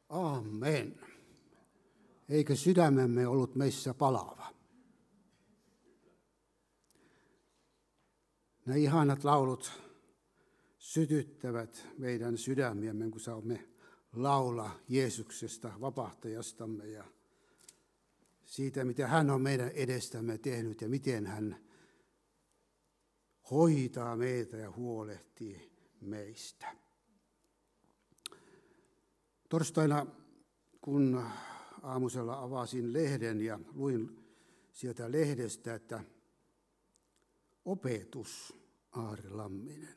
Amen. Eikö sydämemme ollut meissä palava? Nämä ihanat laulut sytyttävät meidän sydämiämme, kun saamme laulaa Jeesuksesta, vapahtajastamme ja siitä, mitä hän on meidän edestämme tehnyt ja miten hän hoitaa meitä ja huolehtii meistä. Torstaina, kun aamusella avasin lehden ja luin sieltä lehdestä, että opetus Aari Lamminen.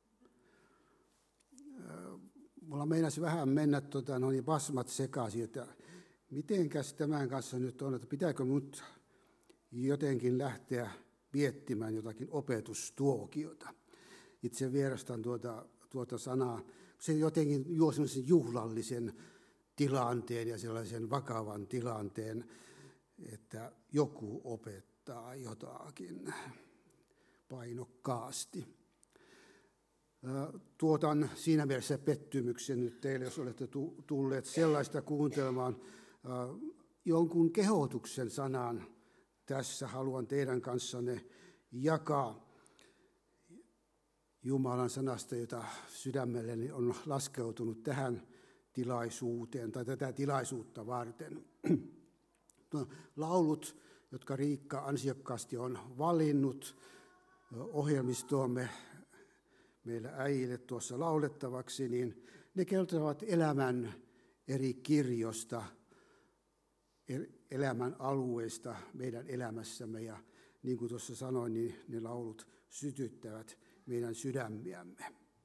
Mulla meinasi vähän mennä pasmat sekaisin, että mitenkäs tämän kanssa nyt on, että pitääkö mut jotenkin lähteä miettimään jotakin opetustuokiota. Itse vierastan tuota sanaa. Se jotenkin juo sellaisen juhlallisen tilanteen ja sellaisen vakavan tilanteen, että joku opettaa jotakin painokkaasti. Tuotan siinä mielessä pettymyksen nyt teille, jos olette tulleet sellaista kuuntelemaan. Jonkun kehotuksen sanan tässä haluan teidän kanssanne jakaa Jumalan sanasta, jota sydämelleni on laskeutunut tähän tilaisuuteen tai tätä tilaisuutta varten. Laulut, jotka Riikka ansiokkaasti on valinnut ohjelmistoomme meillä äijille tuossa laulettavaksi, niin ne kertovat elämän eri kirjosta, elämän alueista meidän elämässämme. Ja niin kuin tuossa sanoin, niin ne laulut sytyttävät meidän sydämiämme.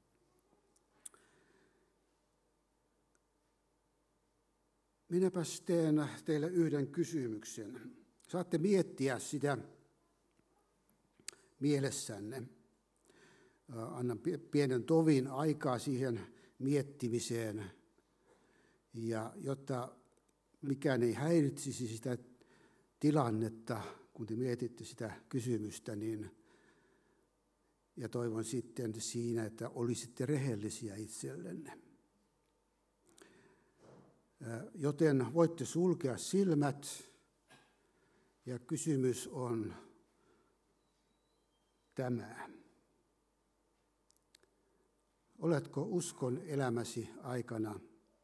Minäpäs teen teille yhden kysymyksen. Saatte miettiä sitä mielessänne. Annan pienen tovin aikaa siihen miettimiseen, ja jotta mikään ei häiritsisi sitä tilannetta, kun te mietitte sitä kysymystä, niin ja toivon sitten siinä, että olisitte rehellisiä itsellenne. Joten voitte sulkea silmät, ja kysymys on tämä. Oletko uskon elämäsi aikana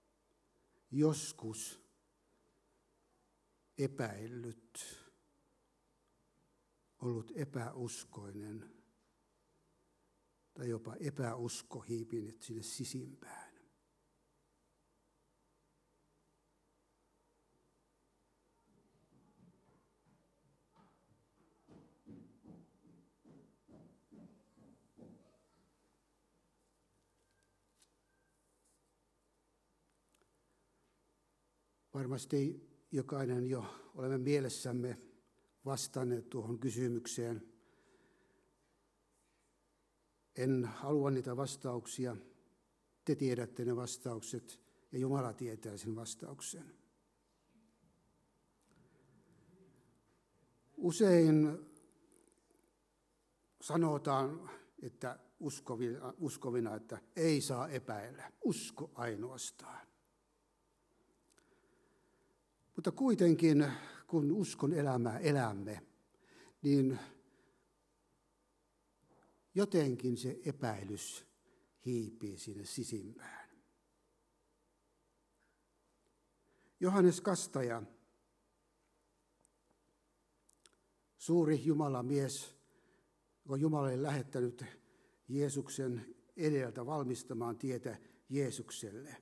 joskus epäillyt, ollut epäuskoinen tai jopa epäusko hiipinyt sinne sisimpään? Varmasti jokainen jo olemme mielessämme vastanneet tuohon kysymykseen. En halua niitä vastauksia. Te tiedätte ne vastaukset ja Jumala tietää sen vastauksen. Usein sanotaan, että uskovina, että ei saa epäillä, usko ainoastaan. Mutta kuitenkin, kun uskon elämää elämme, niin jotenkin se epäilys hiipii sinne sisimpään. Johannes Kastaja, suuri Jumalan mies, on Jumalalle lähettänyt Jeesuksen edeltä valmistamaan tietä Jeesukselle.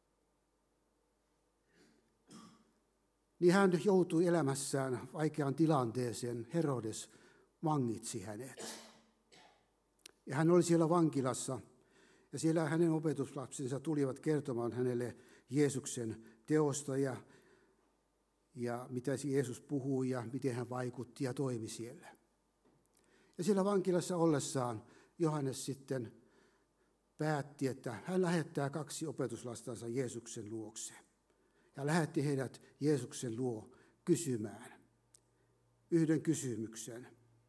Niin hän joutui elämässään vaikeaan tilanteeseen. Herodes vangitsi hänet. Ja hän oli siellä vankilassa, ja siellä hänen opetuslapsensa tulivat kertomaan hänelle Jeesuksen teosta ja mitä Jeesus puhui ja miten hän vaikutti ja toimi siellä. Ja siellä vankilassa ollessaan Johannes sitten päätti, että hän lähettää 2 opetuslastansa Jeesuksen luokse. Ja lähetti heidät Jeesuksen luo kysymään yhden kysymyksen.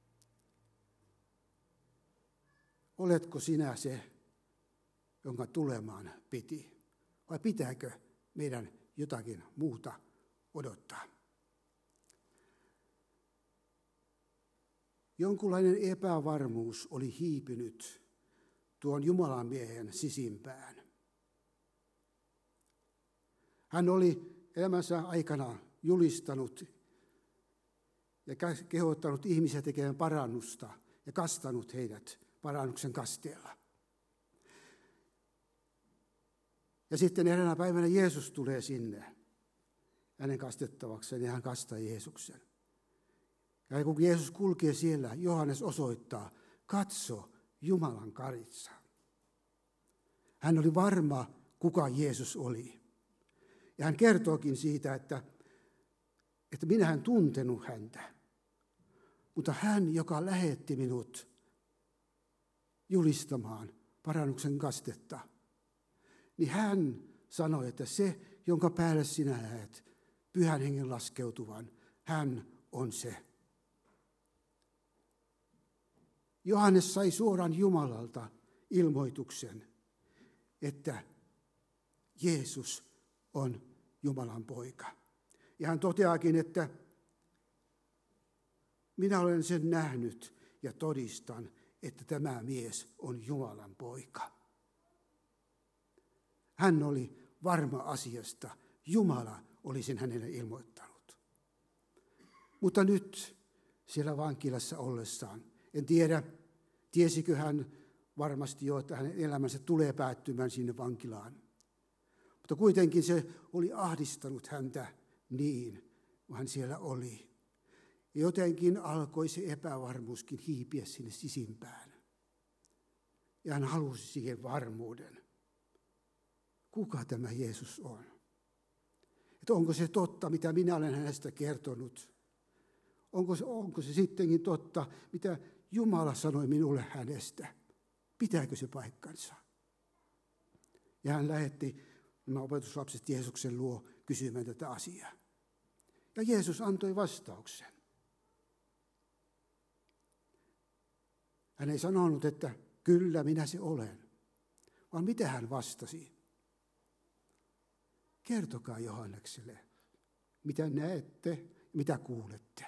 Oletko sinä se, jonka tulemaan piti? Vai pitääkö meidän jotakin muuta odottaa. Jonkunlainen epävarmuus oli hiipynyt tuon Jumalan miehen sisimpään. Hän oli elämänsä aikana julistanut ja kehottanut ihmisiä tekemään parannusta ja kastanut heidät parannuksen kasteella. Ja sitten eräänä päivänä Jeesus tulee sinne hänen kastettavakseen ja hän kastaa Jeesuksen. Ja kun Jeesus kulkee siellä, Johannes osoittaa, katso Jumalan karitsa. Hän oli varma, kuka Jeesus oli. Ja hän kertookin siitä, että minä en tuntenut häntä. Mutta hän, joka lähetti minut julistamaan parannuksen kastetta, niin hän sanoi, että se, jonka päälle sinä näet Pyhän Hengen laskeutuvan, hän on se. Johannes sai suoraan Jumalalta ilmoituksen, että Jeesus on Jumalan poika. Ja hän toteaakin, että minä olen sen nähnyt ja todistan, että tämä mies on Jumalan poika. Hän oli varma asiasta. Jumala oli sen hänelle ilmoittanut. Mutta nyt siellä vankilassa ollessaan, en tiedä, tiesikö hän varmasti jo, että hänen elämänsä tulee päättymään sinne vankilaan. Mutta kuitenkin se oli ahdistanut häntä niin, kun hän siellä oli. Ja jotenkin alkoi se epävarmuuskin hiipiä sinne sisimpään. Ja hän halusi siihen varmuuden. Kuka tämä Jeesus on? Että onko se totta, mitä minä olen hänestä kertonut? Onko se sittenkin totta, mitä Jumala sanoi minulle hänestä? Pitääkö se paikkansa? Ja hän lähetti nämä opetuslapset Jeesuksen luo kysymään tätä asiaa. Ja Jeesus antoi vastauksen. Hän ei sanonut, että kyllä minä se olen, vaan mitä hän vastasi? Kertokaa Johannekselle, mitä näette, mitä kuulette.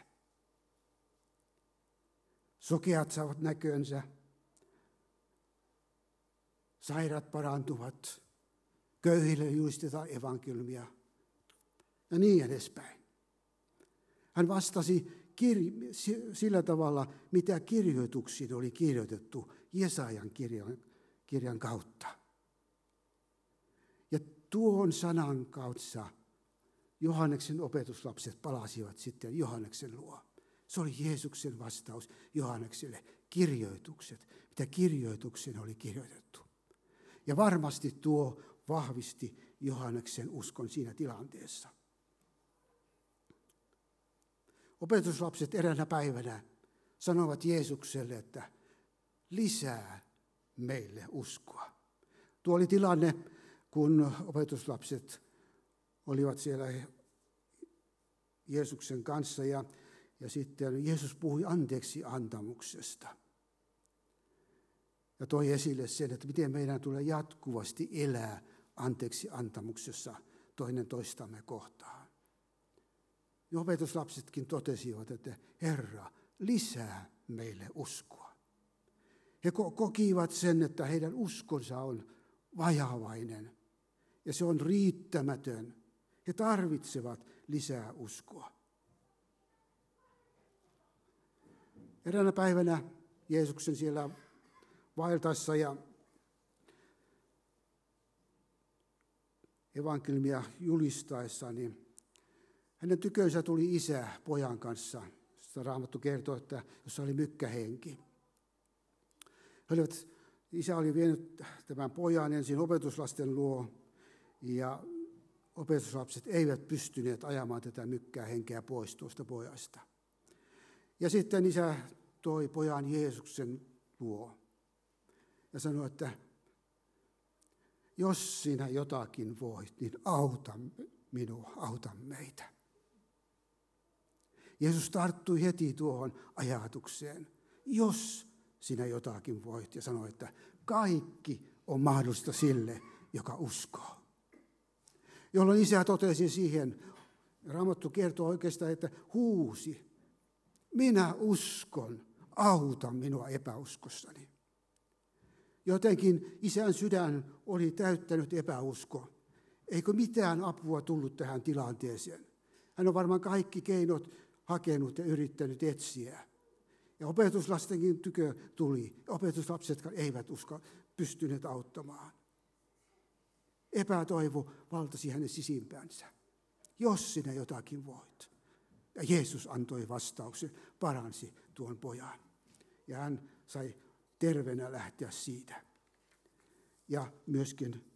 Sokeat saavat näkönsä, sairaat parantuvat, köyhille julistetaan evankeliumia ja niin edespäin. Hän vastasi sillä tavalla, mitä kirjoituksiin oli kirjoitettu Jesajan kirjan kautta. Ja tuon sanan kautta Johanneksen opetuslapset palasivat sitten Johanneksen luo. Se oli Jeesuksen vastaus Johannekselle. Kirjoitukset, mitä kirjoitukseen oli kirjoitettu. Ja varmasti tuo vahvisti Johanneksen uskon siinä tilanteessa. Opetuslapset eräänä päivänä sanovat Jeesukselle, että lisää meille uskoa. Tuo oli tilanne, kun opetuslapset olivat siellä Jeesuksen kanssa ja sitten Jeesus puhui anteeksi antamuksesta. Ja toi esille sen, että miten meidän tulee jatkuvasti elää anteeksi antamuksessa toinen toistamme kohtaan. Ja opetuslapsetkin totesivat, että Herra, lisää meille uskoa. He kokivat sen, että heidän uskonsa on vajavainen ja se on riittämätön. He tarvitsevat lisää uskoa. Eräänä päivänä Jeesuksen siellä vaeltaessa ja evankeliumia julistaessa, niin hänen tykönsä tuli isä pojan kanssa. Sitä Raamattu kertoo, että jossa oli mykkähenki. Isä oli vienyt tämän pojan ensin opetuslasten luo ja opetuslapset eivät pystyneet ajamaan tätä mykkähenkeä pois tuosta pojasta. Ja sitten isä toi pojan Jeesuksen luo ja sanoi, että jos sinä jotakin voit, niin auta minua, auta meitä. Jeesus tarttui heti tuohon ajatukseen, jos sinä jotakin voit, ja sanoi, että kaikki on mahdollista sille, joka uskoo. jolloin isä totesi siihen, Raamattu kertoo oikeastaan, että huusi, minä uskon, auta minua epäuskossani. Jotenkin isän sydän oli täyttänyt epäusko. Eikö mitään apua tullut tähän tilanteeseen? Hän on varmaan kaikki keinot hakenut ja yrittänyt etsiä. Ja opetuslastenkin tykö tuli. Opetuslapsetkaan eivät pystyneet auttamaan. Epätoivo valtasi hänen sisimpäänsä. Jos sinä jotakin voit. Ja Jeesus antoi vastauksen, paransi tuon pojan. Ja hän sai terveenä lähteä siitä. Ja myöskin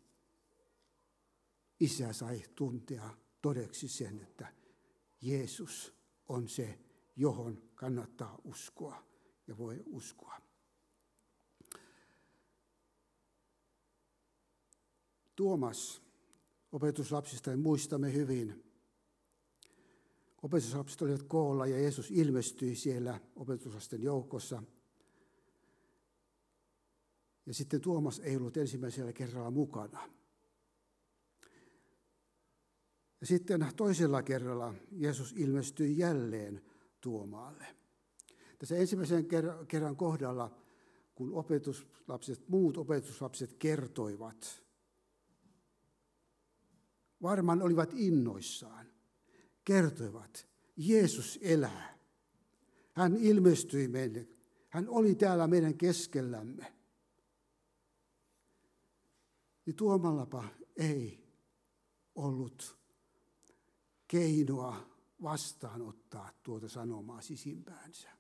isä sai tuntea todeksi sen, että Jeesus on se, johon kannattaa uskoa ja voi uskoa. Tuomas opetuslapsista muistamme hyvin. Opetuslapset olivat koolla ja Jeesus ilmestyi siellä opetuslasten joukossa. Ja sitten Tuomas ei ollut ensimmäisellä kerralla mukana. Ja sitten toisella kerralla Jeesus ilmestyi jälleen Tuomaalle. Tässä ensimmäisen kerran kohdalla, kun muut opetuslapset kertoivat, varmaan olivat innoissaan, kertoivat, Jeesus elää. Hän ilmestyi meille. Hän oli täällä meidän keskellämme. Niin Tuomallapa ei ollut keinoa vastaanottaa tuota sanomaa sisimpäänsä.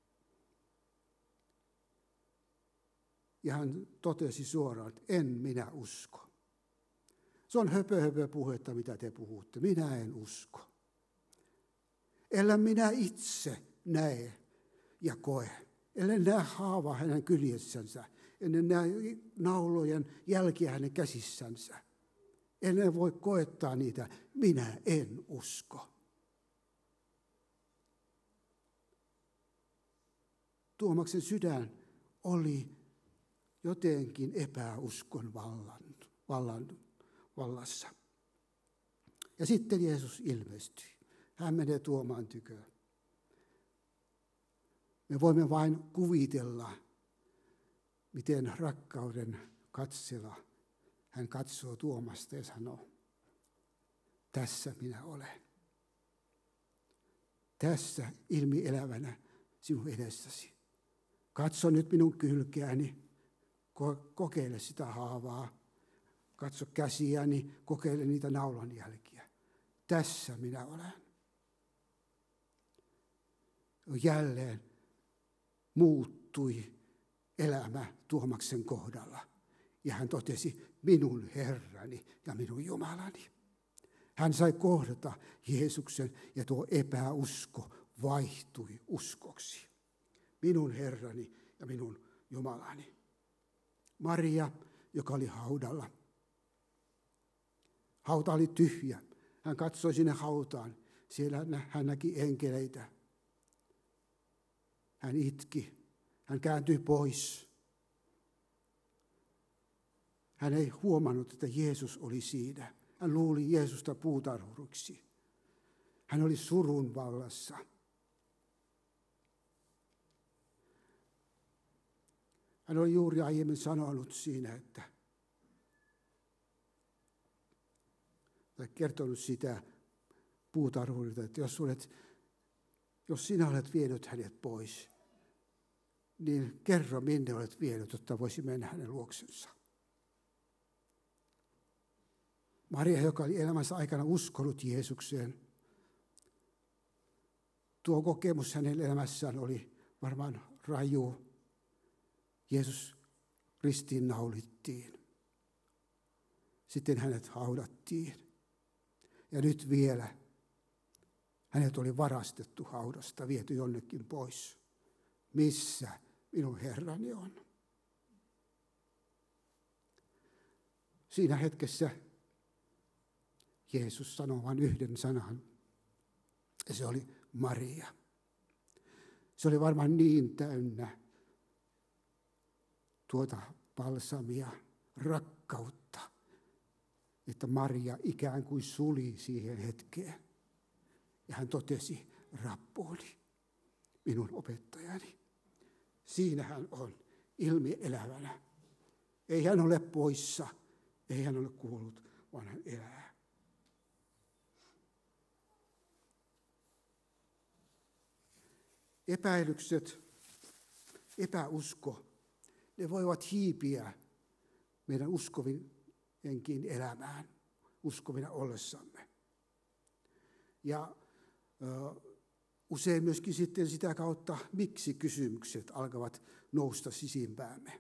Ja hän totesi suoraan, että en minä usko. Se on höpö puhetta, mitä te puhutte. Minä en usko. Ellei minä itse näe ja koe. Ellei näe haavaa hänen kyljessänsä. Ellei näe naulojen jälkiä hänen käsissänsä. Ellei voi koettaa niitä. Minä en usko. Tuomaksen sydän oli jotenkin epäuskon vallassa. Ja sitten Jeesus ilmestyi. Hän menee Tuomaan tyköön. Me voimme vain kuvitella, miten rakkauden katsella hän katsoo Tuomasta ja sanoo, tässä minä olen. Tässä ilmielävänä sinun edessäsi. Katso nyt minun kylkeäni, kokeile sitä haavaa. Katso käsiäni, kokeile niitä naulanjälkiä. Tässä minä olen. Jälleen muuttui elämä Tuomaksen kohdalla. Ja hän totesi, minun Herrani ja minun Jumalani. Hän sai kohdata Jeesuksen ja tuo epäusko vaihtui uskoksi. Minun Herrani ja minun Jumalani. Maria, joka oli haudalla. Hauta oli tyhjä. Hän katsoi sinne hautaan. Siellä hän näki enkeleitä. Hän itki. Hän kääntyi pois. Hän ei huomannut, että Jeesus oli siinä. Hän luuli Jeesusta puutarhuriksi. Hän oli surun vallassa. Hän oli juuri aiemmin sanonut siinä, tai kertonut sitä puutarhurilta, että jos sinä olet vienyt hänet pois, niin kerro minne olet vienyt, jotta voisi mennä hänen luoksensa. Maria, joka oli elämänsä aikana uskonut Jeesukseen, tuo kokemus hänen elämässään oli varmaan raju. Jeesus ristiinnaulittiin. Sitten hänet haudattiin. Ja nyt vielä hänet oli varastettu haudasta, viety jonnekin pois. Missä minun Herrani on? Siinä hetkessä Jeesus sanoi vain yhden sanan. Ja se oli Maria. Se oli varmaan niin täynnä tuota balsamia, rakkautta, että Maria ikään kuin suli siihen hetkeen. Ja hän totesi, Rabboni, minun opettajani. Siinä hän on ilmi elävänä. Ei hän ole poissa, ei hän ole kuollut, vaan hän elää. Epäilykset, epäusko, ne voivat hiipiä meidän uskovienkin elämään, uskovina ollessamme. Ja usein myöskin sitten sitä kautta, miksi kysymykset alkavat nousta sisimpäämme.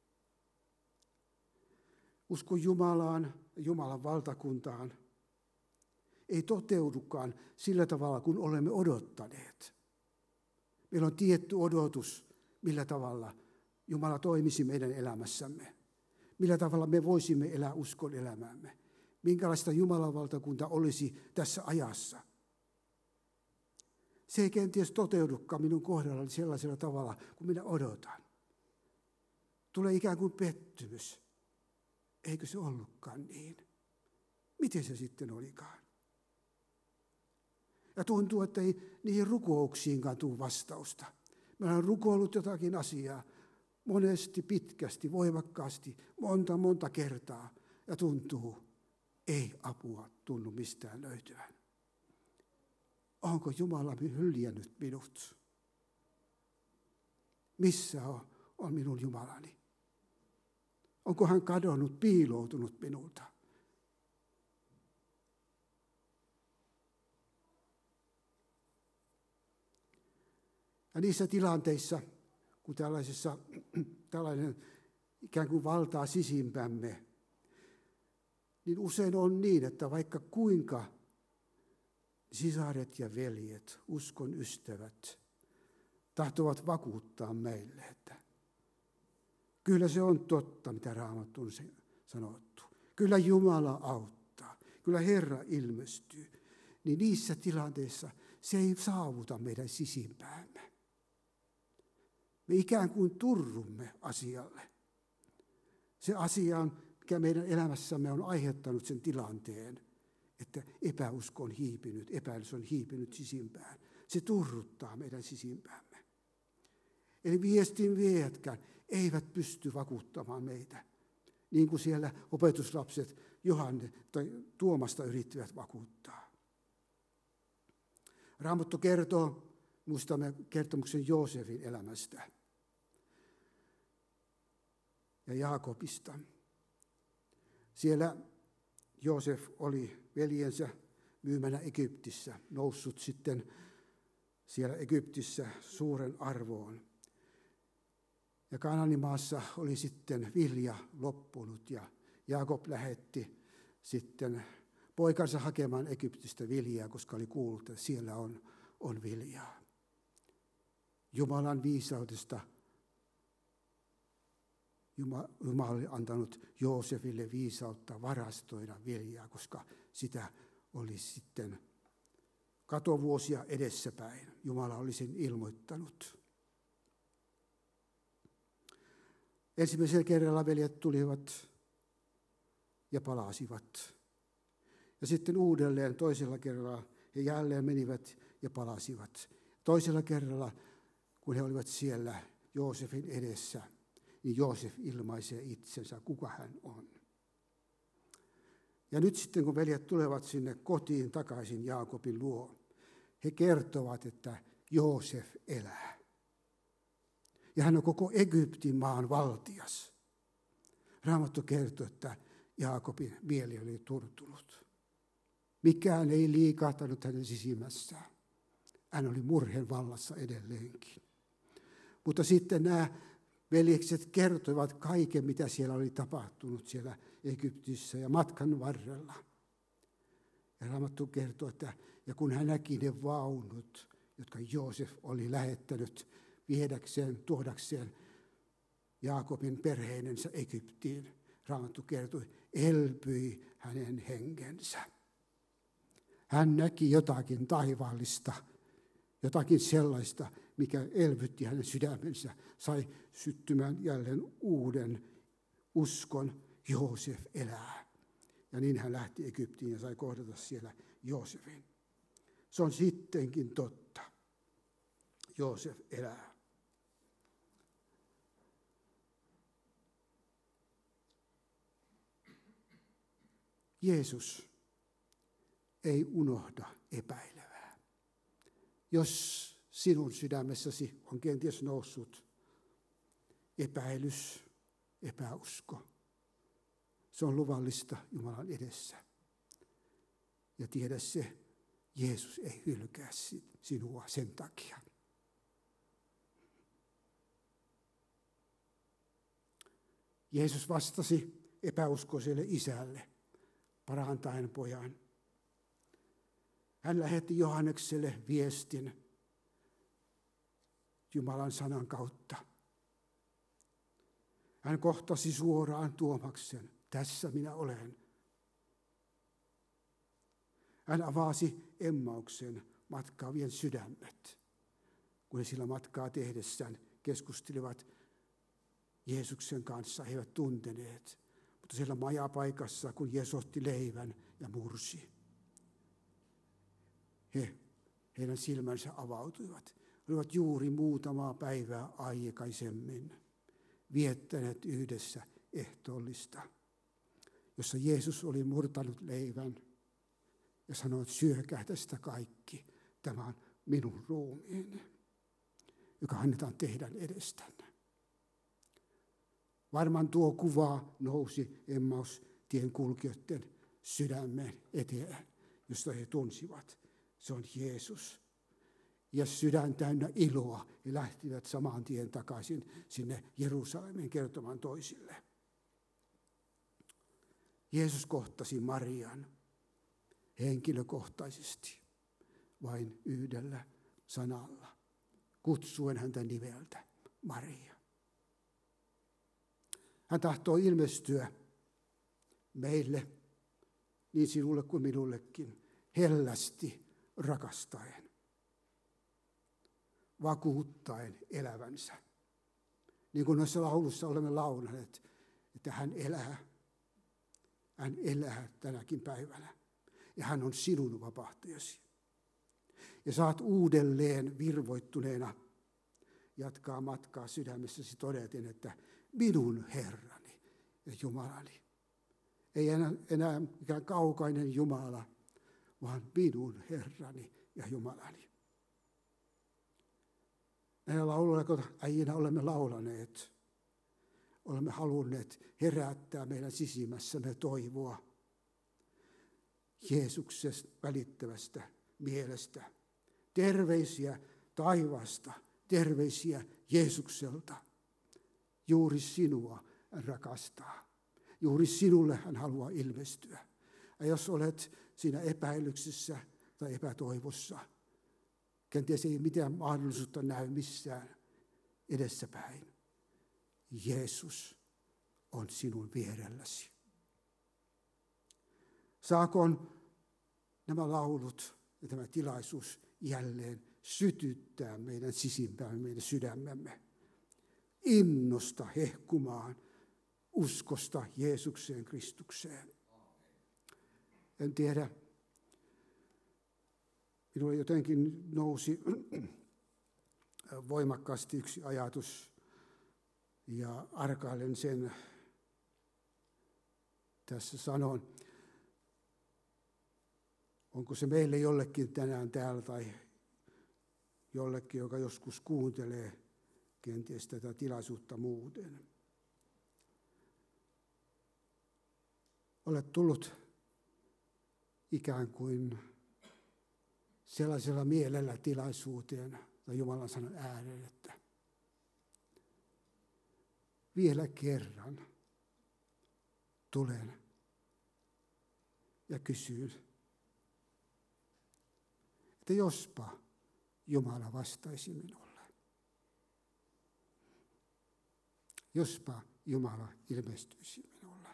Usko Jumalaan, Jumalan valtakuntaan ei toteudukaan sillä tavalla, kun olemme odottaneet. Meillä on tietty odotus, millä tavalla Jumala toimisi meidän elämässämme. Millä tavalla me voisimme elää uskon elämäämme. Minkälaista Jumalan valtakunta olisi tässä ajassa. Se ei kenties toteudukaan minun kohdallani sellaisella tavalla, kuin minä odotan. Tulee ikään kuin pettymys. Eikö se ollutkaan niin? Miten se sitten olikaan? Ja tuntuu, että ei niihin rukouksiinkaan tule vastausta. Mä olen rukoillut jotakin asiaa monesti, pitkästi, voimakkaasti, monta kertaa. Ja tuntuu, ei apua tunnu mistään löytyvän. Onko Jumala hyljännyt minut? Missä on minun Jumalani? Onko hän kadonnut, piiloutunut minulta? Ja niissä tilanteissa, kun tällainen ikään kuin valtaa sisimpämme, niin usein on niin, että vaikka kuinka sisaret ja veljet, uskon ystävät, tahtovat vakuuttaa meille, että kyllä se on totta, mitä Raamattu on sanottu. Kyllä Jumala auttaa, kyllä Herra ilmestyy. Niin niissä tilanteissa se ei saavuta meidän sisimpäämme. Me ikään kuin turrumme asialle. Se asia, mikä meidän elämässämme on aiheuttanut sen tilanteen, että epäusko on hiipinyt, epäilys on hiipinyt sisimpään. Se turruttaa meidän sisimpäämme. Eli viestin viejätkään eivät pysty vakuuttamaan meitä, niin kuin siellä opetuslapset Johanne tai Tuomasta yrittivät vakuuttaa. Raamattu kertoo, muistamme kertomuksen Joosefin elämästä ja Jaakobista. Siellä Joosef oli veljensä myymänä Egyptissä, noussut sitten siellä Egyptissä suuren arvoon. Ja Kanaanimaassa oli sitten vilja loppunut ja Jaakob lähetti sitten poikansa hakemaan Egyptistä viljaa, koska oli kuullut, että siellä on viljaa. Jumalan viisaudesta Jumala oli antanut Joosefille viisautta varastoida viljaa, koska sitä oli sitten katovuosia edessäpäin. Jumala oli sen ilmoittanut. Ensimmäisellä kerralla veljet tulivat ja palasivat. Ja sitten uudelleen toisella kerralla he jälleen menivät ja palasivat. Toisella kerralla, kun he olivat siellä Joosefin edessä, niin Joosef ilmaisee itsensä, kuka hän on. Ja nyt sitten, kun veljet tulevat sinne kotiin takaisin Jaakobin luo, he kertovat, että Joosef elää. Ja hän on koko Egyptin maan valtias. Raamattu kertoo, että Jaakobin mieli oli turtunut. Mikään ei liikahtanut hänen sisimmässään. Hän oli murheen vallassa edelleenkin. Mutta sitten nämä veljekset kertoivat kaiken, mitä siellä oli tapahtunut siellä Egyptissä ja matkan varrella. Ja Raamattu kertoo, että ja kun hän näki ne vaunut, jotka Joosef oli lähettänyt viedäkseen, tuodakseen Jaakobin perheinensä Egyptiin, Raamattu kertoi, elpyi hänen henkensä. Hän näki jotakin taivaallista, jotakin sellaista, mikä elvytti hänen sydämensä, sai syttymään jälleen uuden uskon, Joosef elää. Ja niin hän lähti Egyptiin ja sai kohdata siellä Joosefin. Se on sittenkin totta. Joosef elää. Jeesus ei unohda epäilevää. Jos sinun sydämessäsi on kenties noussut epäilys, epäusko, se on luvallista Jumalan edessä. Ja tiedä se, Jeesus ei hylkää sinua sen takia. Jeesus vastasi epäuskoiselle isälle parantaen pojan. Hän lähetti Johannekselle viestin Jumalan sanan kautta. Hän kohtasi suoraan Tuomaksen. Tässä minä olen. Hän avasi Emmauksen matkaavien sydämet, kun he sillä matkaa tehdessään keskustelivat Jeesuksen kanssa. He eivät tunteneet, mutta siellä majapaikassa, kun Jeesus otti leivän ja mursi, heidän silmänsä avautuivat. He olivat juuri muutamaa päivää aikaisemmin viettäneet yhdessä ehtoollista, jossa Jeesus oli murtanut leivän ja sanoi, että syökää tästä kaikki. Tämä on minun ruumiini, joka annetaan teidän edestänne. Varmaan tuo kuva nousi Emmaus-tien kulkijoiden sydämen eteen, josta he tunsivat. Se on Jeesus. Ja sydän täynnä iloa, he lähtivät saman tien takaisin sinne Jerusalemiin kertomaan toisille. Jeesus kohtasi Marian henkilökohtaisesti vain yhdellä sanalla, kutsuen häntä nimeltä Maria. Hän tahtoo ilmestyä meille, niin sinulle kuin minullekin, hellästi rakastaen, vakuuttaen elävänsä. Niin kuin noissa laulussa olemme launaneet, että hän elää tänäkin päivänä. Ja hän on sinun vapahtajasi. Ja saat uudelleen virvoittuneena jatkaa matkaa sydämessäsi todeten, että minun Herrani ja Jumalani. Ei enää mikään kaukainen Jumala, vaan minun Herrani ja Jumalani. Näillä lauluilla, kun äijinä olemme laulaneet, olemme halunneet herättää meidän sisimmässämme toivoa Jeesuksesta välittävästä mielestä. Terveisiä taivaasta, terveisiä Jeesukselta. Juuri sinua hän rakastaa. Juuri sinulle hän haluaa ilmestyä. Ja jos olet siinä epäilyksessä tai epätoivossa, kenties ei mitään mahdollisuutta näy missään edessäpäin. Jeesus on sinun vierelläsi. Saakoon nämä laulut ja tämä tilaisuus jälleen sytyttää meidän sisimpäämme, meidän sydämemme. Innosta hehkumaan uskosta Jeesukseen Kristukseen. En tiedä, minulle jotenkin nousi voimakkaasti yksi ajatus ja arkailen sen tässä sanon. Onko se meille jollekin tänään täällä tai jollekin, joka joskus kuuntelee kenties tätä tilaisuutta muuten. Olet tullut ikään kuin sellaisella mielellä tilaisuuteen tai Jumalan sanan ääreen, että vielä kerran tulen ja kysyn, että jospa Jumala vastaisi minulle. Jospa Jumala ilmestyisi minulle.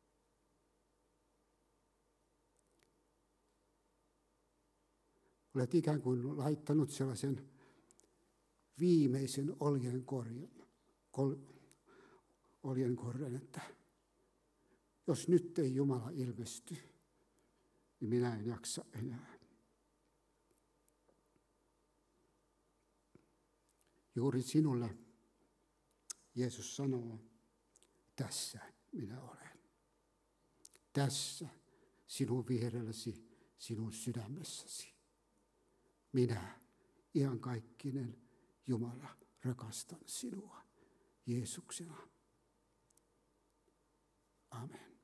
Olet ikään kuin laittanut sellaisen viimeisen oljenkorren, että jos nyt ei Jumala ilmesty, niin minä en jaksa enää. Juuri sinulle Jeesus sanoo, tässä minä olen. Tässä sinun vierelläsi, sinun sydämessäsi. Minä, iankaikkinen Jumala, rakastan sinua Jeesuksena. Amen.